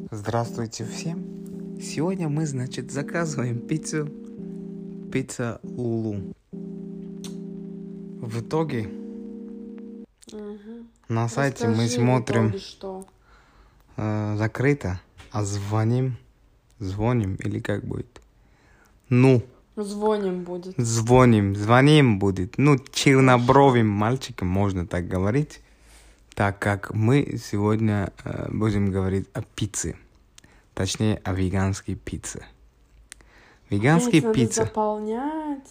Здравствуйте всем. Сегодня мы, заказываем пиццу. Пицца Лулу. В итоге на сайте мы смотрим, в итоге что? Закрыто, а звоним или как будет? Звоним будет. Звоним будет. Чернобровым мальчиком можно так говорить, так как мы сегодня будем говорить о пицце. Точнее, о веганской пицце. Веганские Опять пиццы. надо заполнять.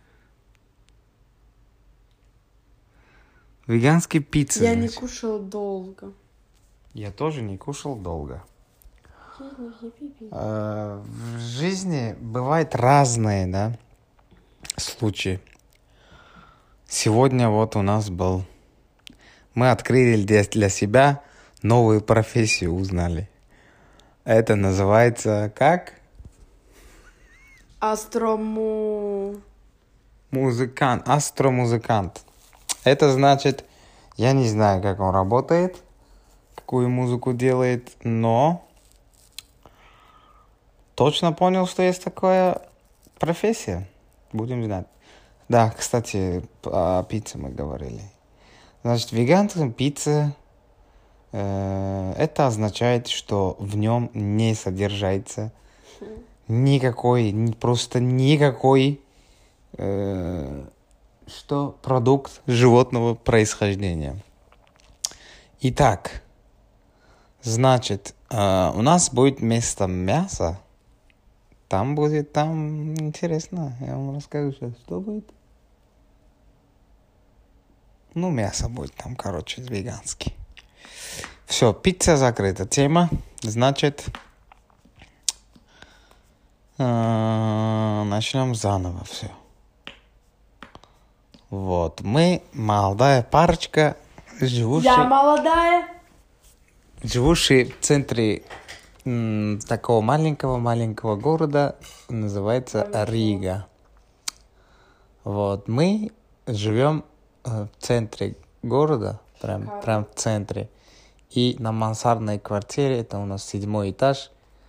Веганские пиццы. Я не кушал долго. Я тоже не кушал долго. В жизни бывают разные, да, случаи. Сегодня вот у нас был... Мы открыли для себя новую профессию, узнали. Это называется как? Астромузыкант. Это значит, я не знаю, как он работает, какую музыку делает, но точно понял, что есть такая профессия. Будем знать. Да, кстати, о пицце мы говорили. Значит, веганская пицца, это означает, что в нем не содержится никакой продукт животного происхождения. Итак, значит, у нас будет вместо мяса, там интересно, я вам расскажу сейчас, что будет. Мясо будет там, веганский. Все, пицца закрыта. Тема, значит, начнем заново все. Вот, мы молодая парочка, живущая в центре такого маленького города, называется Рига. Вот, мы живем в центре города, прям в центре. И на мансардной квартире, это у нас 7-й этаж.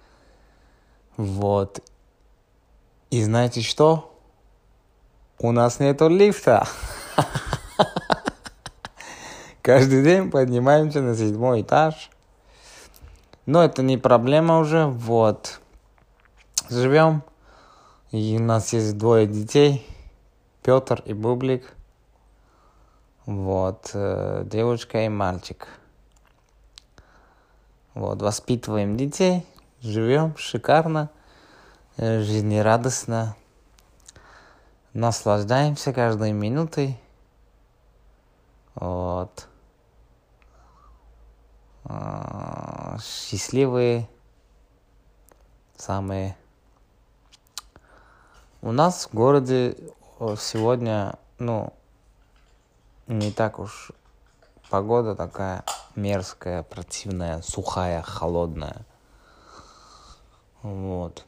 Вот. И знаете что? У нас нету лифта. Каждый день поднимаемся на 7-й этаж. Но это не проблема уже. Вот. Живем. И у нас есть 2 детей. Петр и Бублик. Вот. Девочка и мальчик. Вот. Воспитываем детей. Живем шикарно. Жизнерадостно. Наслаждаемся каждой минутой. Вот. Счастливые. Самые. У нас в городе сегодня, не так уж погода такая мерзкая, противная, сухая, холодная. Вот.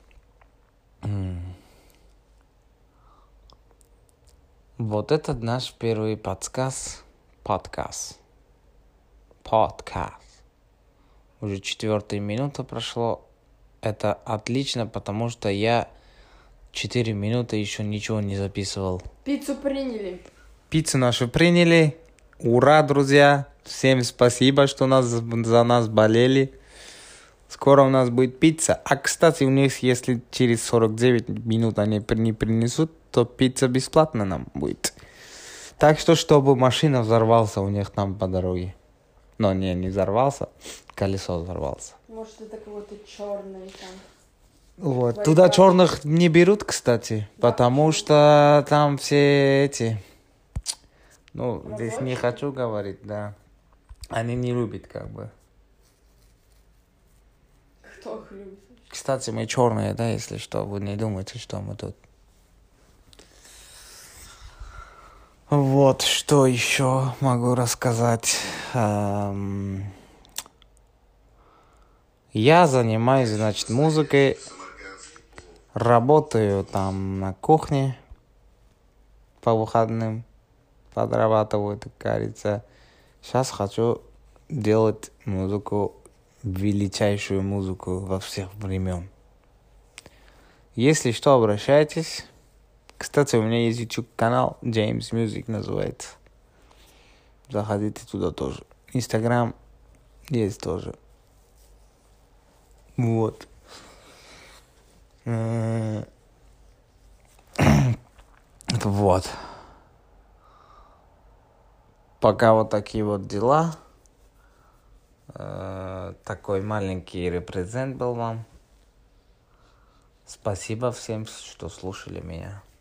Вот это наш первый подкаст. Уже 4 минута прошло. Это отлично, потому что я 4 минуты еще ничего не записывал. Пиццу приняли. Пиццу нашу приняли. Ура, друзья! Всем спасибо, что за нас болели. Скоро у нас будет пицца. А, кстати, у них, если через 49 минут они не принесут, то пицца бесплатно нам будет. Так что, чтобы машина взорвался у них там по дороге. Но не взорвался, колесо взорвался. Может, это какой-то черный там. Вот. Туда черных не берут, кстати, да, потому что там все эти... здесь не хочу говорить, да. Они не любят, Кто их любит? Кстати, мы черные, да, если что, вы не думаете, что мы тут. Вот, что еще могу рассказать. Я занимаюсь, музыкой. Работаю там на кухне по выходным. Подрабатываю, так говорится. Сейчас хочу делать музыку величайшую музыку во всех времен. Если что, обращайтесь. Кстати, у меня есть YouTube-канал, James Music называется. Заходите туда тоже. Инстаграм есть тоже. Вот. Вот. Пока вот такие вот дела. Такой маленький репрезент был вам. Спасибо всем, что слушали меня.